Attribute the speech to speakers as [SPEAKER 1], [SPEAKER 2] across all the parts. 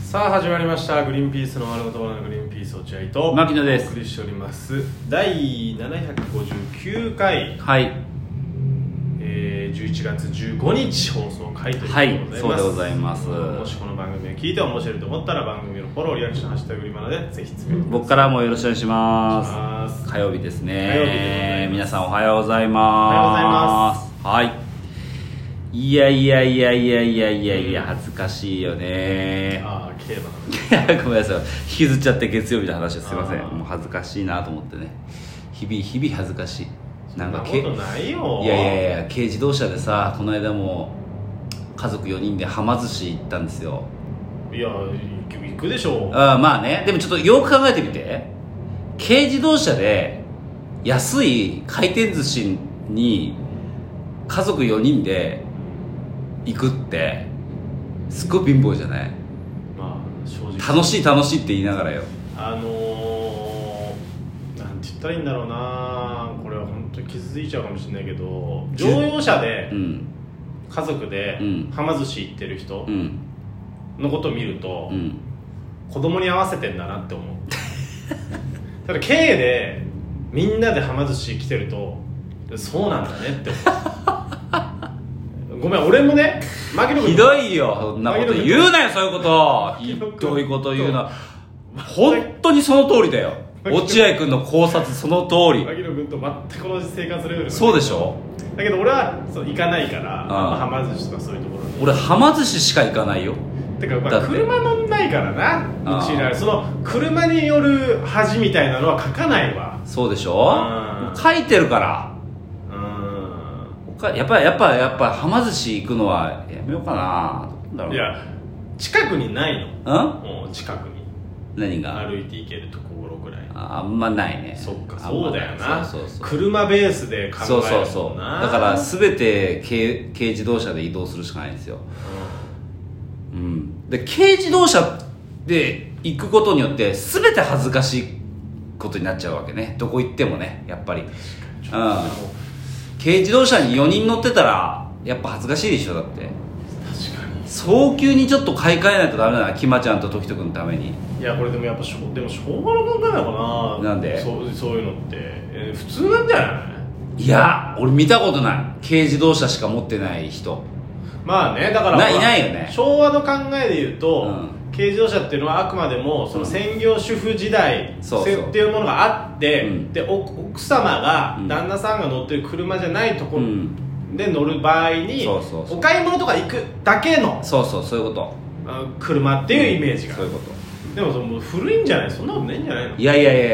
[SPEAKER 1] さあ始まりましたグリーンピースの丸ごとバナナグリーンピース落合と
[SPEAKER 2] 牧野です。
[SPEAKER 1] お送りしております第759回、
[SPEAKER 2] はい、
[SPEAKER 1] 11月15日放送回ということでございます。
[SPEAKER 2] はい、そうでございます。
[SPEAKER 1] もしこの番組を聞いて面白いと思ったら番組のフォローリアクションハッシュタググリバナでぜひつぶやいてください。
[SPEAKER 2] 僕からもよろしくお願いします。火曜日ですね。
[SPEAKER 1] 火曜日でございます。
[SPEAKER 2] 皆さんおはようございます。
[SPEAKER 1] おはようございます。
[SPEAKER 2] はい。いや恥ずかしいよね。
[SPEAKER 1] ああ、競馬の
[SPEAKER 2] ごめんなさい、引きずっちゃって月曜日の話ですいません。
[SPEAKER 1] あー
[SPEAKER 2] もう恥ずかしいなと思ってね。日々恥ずかしい。なんか
[SPEAKER 1] そんなことないよ。
[SPEAKER 2] いや軽自動車でさ、この間も家族4人ではま寿司行ったんですよ。
[SPEAKER 1] いや行くでしょう。
[SPEAKER 2] まあね、でもちょっとよく考えてみて、軽自動車で安い回転寿司に家族4人で行くってすっごい貧乏じゃない？
[SPEAKER 1] まあ正直
[SPEAKER 2] 楽しいって言いながらよ。
[SPEAKER 1] なんて言ったらいいんだろうな、これは本当に傷ついちゃうかもしれないけど、乗用車で家族ではま寿司行ってる人のことを見ると、子供に合わせてんだなって思うただ軽でみんなではま寿司来てるとそうなんだねって思うごめん、俺もね、牧野君
[SPEAKER 2] ひどいよ、そんなこと言うなよ、そういうことひどいこと言うな。本当にその通りだよ。落合君の考察その通り。
[SPEAKER 1] 牧野君と全く同じ生活レベル。
[SPEAKER 2] そうでしょ。
[SPEAKER 1] だけど俺はそう行かないから、はま寿司とかそういうところに。
[SPEAKER 2] 俺はま寿司しか行かないよ。
[SPEAKER 1] てか、車乗んないからな、うちらその車による恥みたいなのは書かないわ。
[SPEAKER 2] そうでしょ。書いてるから。やっぱはま寿司行くのはやめようかな。なんだろう。
[SPEAKER 1] いや、近くにないの？もう近くに
[SPEAKER 2] 何が
[SPEAKER 1] 歩いて行けるところぐらい。
[SPEAKER 2] あんまないね。
[SPEAKER 1] そっか、そうだよな。
[SPEAKER 2] そう
[SPEAKER 1] 車ベースで考えるもんな。
[SPEAKER 2] そうだから全て軽自動車で移動するしかないんですよ。で軽自動車で行くことによって全て恥ずかしいことになっちゃうわけね。どこ行ってもね、やっぱり。軽自動車に4人乗ってたらやっぱ恥ずかしいでしょ。だって
[SPEAKER 1] 確かに
[SPEAKER 2] 早急にちょっと買い替えないとダメだな、きまちゃんと時人君のために。
[SPEAKER 1] いや、これでもやっぱしょうがな考えなのかな。
[SPEAKER 2] なんで
[SPEAKER 1] そういうのって、普通なんじゃない？
[SPEAKER 2] いや、俺見たことない軽自動車しか持ってない人。
[SPEAKER 1] まあね、だから
[SPEAKER 2] いないよね。
[SPEAKER 1] 昭和の考えで言うと、軽自動車っていうのはあくまでもその専業主婦時代っていうものがあって、で奥様が、旦那さんが乗ってる車じゃないところで乗る場合に、お買い物とか行くだけの
[SPEAKER 2] そういうこと、
[SPEAKER 1] 車っていうイメージが、
[SPEAKER 2] そういうこと。
[SPEAKER 1] でももう古いんじゃない？そんなことないんじゃないの？
[SPEAKER 2] いや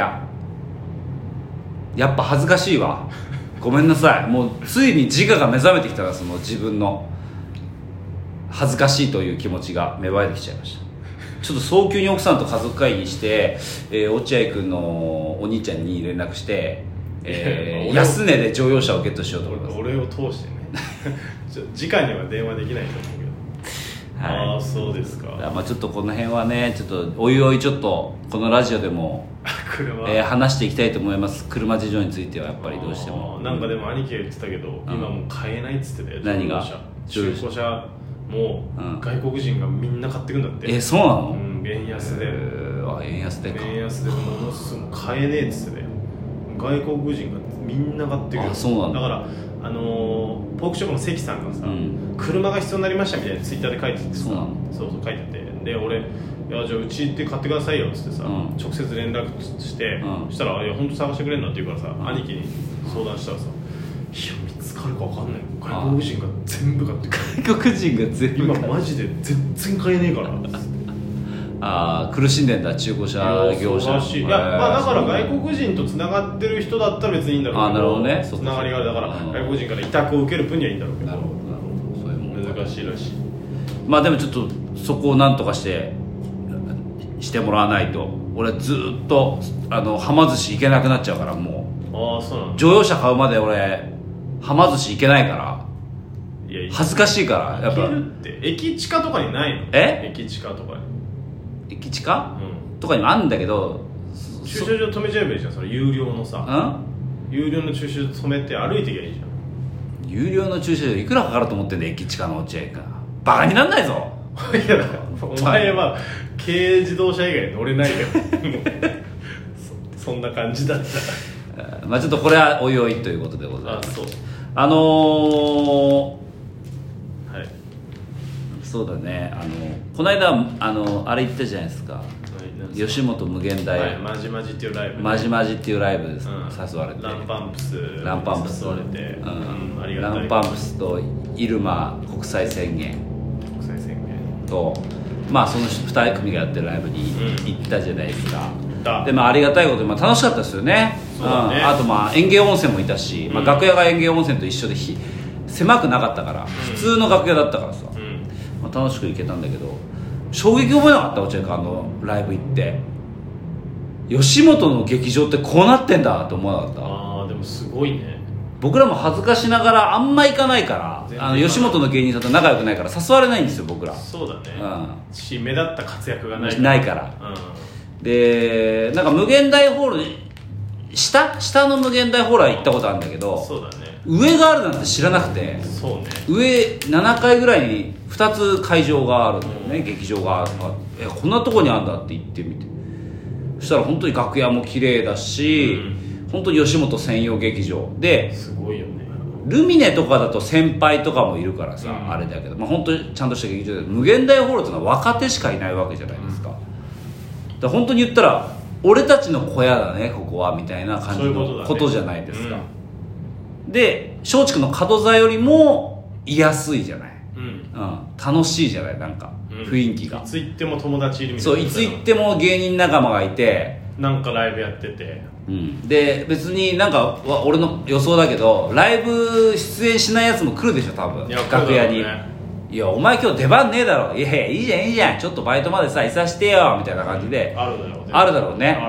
[SPEAKER 2] やっぱ恥ずかしいわごめんなさい。もうついに自我が目覚めてきたら、その自分の恥ずかしいという気持ちが芽生えてきちゃいました。ちょっと早急に奥さんと家族会議して、落合君のお兄ちゃんに連絡して、安値で乗用車をゲットしようと思います。
[SPEAKER 1] 俺を通してね直には電話できないと思うけど。ああ、そうですか。
[SPEAKER 2] まあちょっとこの辺はね、ちょっとおいおいちょっとこのラジオでも話していきたいと思います。車事情についてはやっぱりどうしても。
[SPEAKER 1] なんかでも兄貴が言ってたけど、今もう買えないっつってたよ。
[SPEAKER 2] 何が？
[SPEAKER 1] 中古車も外国人がみんな買ってくんだって。
[SPEAKER 2] そうなの？
[SPEAKER 1] 円安で。
[SPEAKER 2] 円安でか。
[SPEAKER 1] 円安でものすごく買えねえっつってたよ。外国人がみんな買ってくる。
[SPEAKER 2] そうなんだ。
[SPEAKER 1] だからポークショップの関さんがさ、車が必要になりましたみたいなツイッターで書いててさ、そう書いてて、で俺、いやじゃあうちで買ってくださいよっつってさ、直接連絡して、そしたら、いや本当探してくれんなって言うからさ、兄貴に相談したらさ、いや見つかるか分かんない、外国人が全部買ってくる。
[SPEAKER 2] 外国人が全部
[SPEAKER 1] 今マジで全然買えねえから
[SPEAKER 2] 苦しんでんだ、中古車業者。
[SPEAKER 1] いや、まあだから外国人とつながってる人だったら別にいいんだろうけど、
[SPEAKER 2] なるほどね、
[SPEAKER 1] つながりがある。だから外国人から委託を受ける分にはいいんだろうけど、
[SPEAKER 2] なるほどそういうもん
[SPEAKER 1] 難しいらしい。
[SPEAKER 2] まあでもちょっとそこをなんとかしてもらわないと、俺はずっとはま寿司行けなくなっちゃうから、もう
[SPEAKER 1] そうなんだ。
[SPEAKER 2] 乗用車買うまで俺はま寿司行けないから、恥ずかしいから。やっぱ
[SPEAKER 1] 行けるって駅近とかにないの？駅近とかに。
[SPEAKER 2] 駅近、とかにもあるんだけど、
[SPEAKER 1] 駐車場止めちゃえばいいじゃん。それ有料のさ、有料の駐車場止めて歩いてきゃいいじゃん。
[SPEAKER 2] 有料の駐車場いくらかかると思ってんだよ、駅近の落合君。バカになんないぞ
[SPEAKER 1] いやお前は軽自動車以外乗れないよそんな感じだった
[SPEAKER 2] まあちょっとこれはおいおいということでございます。
[SPEAKER 1] そう
[SPEAKER 2] はい、そうだね、この間あれ言ったじゃないですか、吉本無限大、
[SPEAKER 1] はい、マジマジっていうライブ、ね、
[SPEAKER 2] マジマジっていうライブです、誘われて、
[SPEAKER 1] ランパンプス誘われて、ありがたい。
[SPEAKER 2] ランパンプスと入間国際宣言と、まあその2組がやってるライブに行ったじゃないですか、でまあありがたいことで、まあ、楽しかったですよね。あとまあ園芸温泉もいたし、まあ、楽屋が園芸温泉と一緒で狭くなかったから、普通の楽屋だったからさ、まあ、楽しく行けたんだけど、衝撃覚えなかった？落合君ライブ行って吉本の劇場ってこうなってんだと思わなかった？
[SPEAKER 1] ああでもすごいね。
[SPEAKER 2] 僕らも恥ずかしながらあんま行かないから、吉本の芸人さんと仲良くないから誘われないんですよ僕ら。
[SPEAKER 1] そうだね、目立った活躍がないから、
[SPEAKER 2] でなんか無限大ホール下の無限大ホールは行ったことあるんだけど、
[SPEAKER 1] そうだね、
[SPEAKER 2] 上があるなんて知らなくて、
[SPEAKER 1] そうね、
[SPEAKER 2] 上7階ぐらいに2つ会場があるんだよね、劇場がこんなとこにあるんだって行ってみて、そしたら本当に楽屋も綺麗だし、本当に吉本専用劇場です
[SPEAKER 1] ごいよね。
[SPEAKER 2] ルミネとかだと先輩とかもいるからさ、あれだけど、まあ、本当にちゃんとした劇場で、無限大ホールってのは若手しかいないわけじゃないですか、だから本当に言ったら俺たちの小屋だねここはみたいな感じのことじゃないですか。で松竹の門座よりも居やすいじゃない、楽しいじゃない、なんか雰囲気が、
[SPEAKER 1] いつ行っても友達いるみたいな。
[SPEAKER 2] そう、いつ行っても芸人仲間がいて、
[SPEAKER 1] なんかライブやってて、
[SPEAKER 2] で別になんか俺の予想だけどライブ出演しないやつも来るでしょ多分、楽屋に。いやお前今日出番ねえだろ、いやいいじゃんいいじゃん、ちょっとバイトまでさいさしてよみたいな感じで、あるだろうね、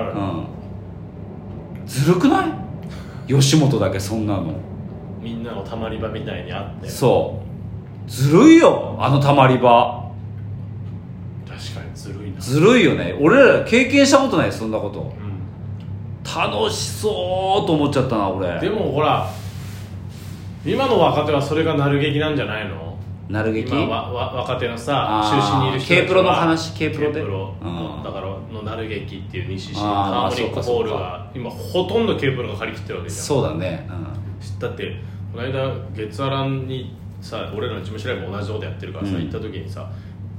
[SPEAKER 2] ずるくない？吉本だけそんなの
[SPEAKER 1] みんなのたまり場みたいにあって、
[SPEAKER 2] そうずるいよあのたまり場。
[SPEAKER 1] 確かにずるいな。
[SPEAKER 2] ずるいよね、俺ら経験したことないそんなこと、楽しそうと思っちゃったな俺。
[SPEAKER 1] でもほら今の若手はそれがなる劇なんじゃないの？
[SPEAKER 2] なる劇？
[SPEAKER 1] 若手のさ中心にいる人たちは
[SPEAKER 2] K プロの話、 K プロで、
[SPEAKER 1] だからのなる劇っていう西新ハーモニックホールが今ほとんど K プロが借り切ってるわけじゃん。
[SPEAKER 2] そうだね、
[SPEAKER 1] だってこの間月アランにさ、俺らの事務所ライブ同じとこでやってるからさ、行った時にさ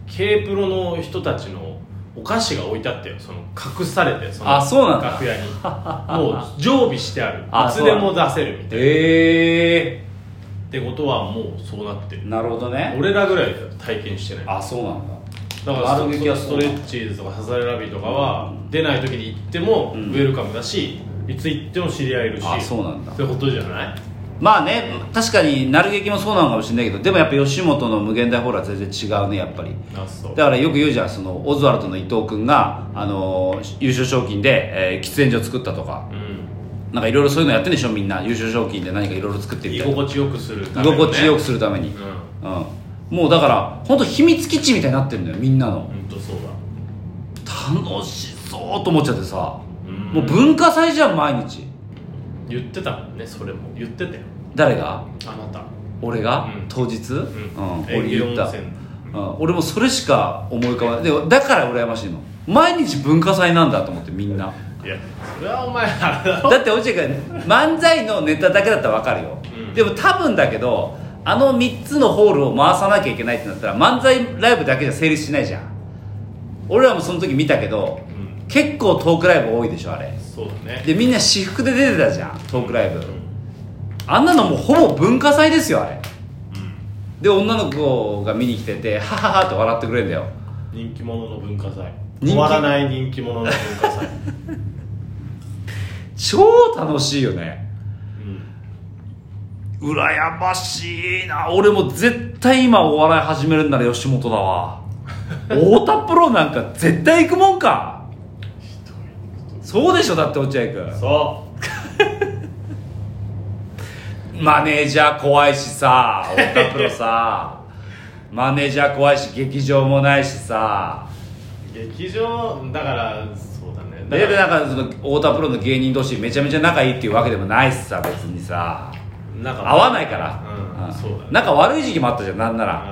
[SPEAKER 1] K プロの人たちのお菓子が置いてあってよ、その隠されて、その楽屋にもう常備してある、いつでも出せるみたいな。ってことはもうそうなってる。
[SPEAKER 2] なるほどね。
[SPEAKER 1] 俺らぐらい体験してない。
[SPEAKER 2] そうなんだ。
[SPEAKER 1] だからストレッチーズとかサザエラビーとかは、出ない時に行ってもウェルカムだし、いつ行っても知り合えるし、
[SPEAKER 2] そうなんだ
[SPEAKER 1] ってことじゃない？
[SPEAKER 2] まあね、確かになる劇もそうなのかもしれないけど、でもやっぱ吉本の無限大ホールは全然違うねやっぱり。だからよく言うじゃん、そのオズワルドの伊藤君が、優勝賞金で、喫煙所作ったとか、なんかいろいろそういうのやってるんでしょみんな。優勝賞金で何かいろいろ作ってみたいな、
[SPEAKER 1] 居心地よくするために、
[SPEAKER 2] 居心地よくするために、もうだから本当秘密基地みたいになってるんだよみんなの。
[SPEAKER 1] 本当そう
[SPEAKER 2] だ。楽しそうと思っちゃってさ、もう文化祭じゃん毎日。
[SPEAKER 1] 言ってたもんね、それも言ってたよ。
[SPEAKER 2] 誰が？
[SPEAKER 1] あなた。
[SPEAKER 2] 俺が、当日、
[SPEAKER 1] 俺言った、
[SPEAKER 2] 俺もそれしか思い浮かばない。でだから羨ましいの、毎日文化祭なんだと思って。みんな、
[SPEAKER 1] いやそれはお前あれだろ。
[SPEAKER 2] だって落合君漫才のネタだけだったら分かるよ、でも多分だけど3つのホールを回さなきゃいけないってなったら漫才ライブだけじゃ成立しないじゃん。俺らもその時見たけど、結構トークライブ多いでしょあれ。
[SPEAKER 1] そうだね。
[SPEAKER 2] でみんな私服で出てたじゃんトークライブ、あんなのもうほぼ文化祭ですよあれ、で女の子が見に来ててハハハって笑ってくれるんだよ。
[SPEAKER 1] 人気者の文化祭、終わらない人気者の文化祭
[SPEAKER 2] 超楽しいよね、羨ましいな。俺も絶対今お笑い始めるんなら吉本だわ太田プロなんか絶対行くもんかそうでしょ。だって落合君そうマネージャー怖いしさ、太田プロさマネージャー怖いし劇場もないしさ。
[SPEAKER 1] 劇場だからそうだね。
[SPEAKER 2] でなんかその太田プロの芸人同士めちゃめちゃ仲いいっていうわけでもないしさ、別にさ合わないから、
[SPEAKER 1] そうだね。
[SPEAKER 2] 仲悪い時期もあったじゃん。なんなら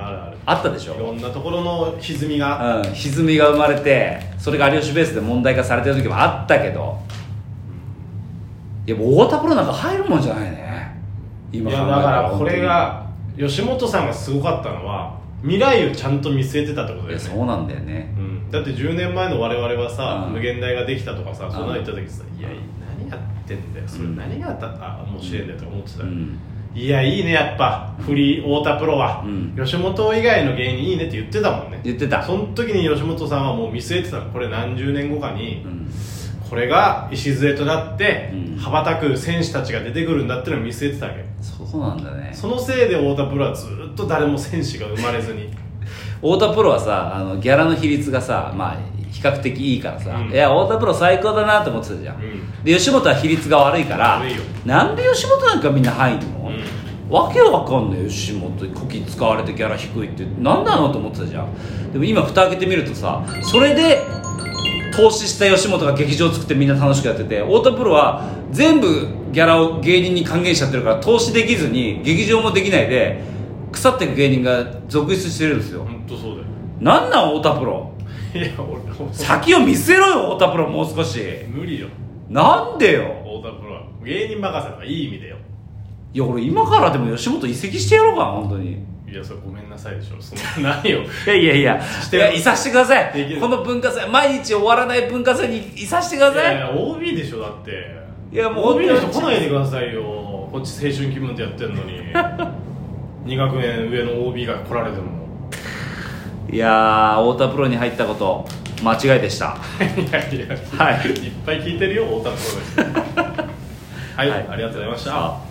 [SPEAKER 2] あったでしょ。
[SPEAKER 1] いろんなところの歪みが、
[SPEAKER 2] 歪みが生まれて、それが有吉ベースで問題化されてる時もあったけど、いやもう太田プロなんか入るもんじゃないね今考えたら。
[SPEAKER 1] いやだからこれが吉本さんがすごかったのは未来をちゃんと見据えてたってことだよね。
[SPEAKER 2] そうなんだよね、
[SPEAKER 1] だって10年前の我々はさ、無限大ができたとかさ、そんなの言った時さ、いや何やってんだよそれ、何が面白いんだよとか思ってたよ、いやいいねやっぱフリー太田プロは、吉本以外の芸人いいねって言ってたもんね。
[SPEAKER 2] 言ってた。
[SPEAKER 1] その時に吉本さんはもう見据えてたの。これ何十年後かに、これが礎となって、羽ばたく選手たちが出てくるんだってのを見据えてたわけ。
[SPEAKER 2] そうなんだね。
[SPEAKER 1] そのせいで太田プロはずっと誰も選手が生まれずに
[SPEAKER 2] 太田プロはさギャラの比率がさ、まあ比較的いいからさ、いや太田プロ最高だなって思ってたじゃん、で吉本は比率が悪いからなんで吉本なんかみんな入るの、わけわかんない。吉本こき使われてギャラ低いってなんなのと思ってたじゃん。でも今蓋開けてみるとさ、それで投資した吉本が劇場作ってみんな楽しくやってて、太田プロは全部ギャラを芸人に還元しちゃってるから投資できずに劇場もできないで腐っていく芸人が続出してるんですよ。
[SPEAKER 1] 本当そうだよ。
[SPEAKER 2] なんなん太田プロ、
[SPEAKER 1] いや俺
[SPEAKER 2] 先を見据えろよ太田プロ、もう少し。
[SPEAKER 1] 無理よ
[SPEAKER 2] なんでよ。
[SPEAKER 1] 太田プロは芸人任せとかいい意味でよ。
[SPEAKER 2] いや俺今からでも吉本移籍してやろうかな本当に。
[SPEAKER 1] いやそれごめんなさいでしょそんなないよ
[SPEAKER 2] いやいさしてください。この文化祭毎日終わらない文化祭にいさしてください。
[SPEAKER 1] いや OB でしょだって。
[SPEAKER 2] いやもう
[SPEAKER 1] OB の人来ないでくださいよ。こっち青春気分でやってんのに2学年上の OB が来られても。
[SPEAKER 2] いやー太田プロに入ったこと間違いでした
[SPEAKER 1] いや、はい、いっぱい聞いてるよ太田プロですはい、ありがとうございました。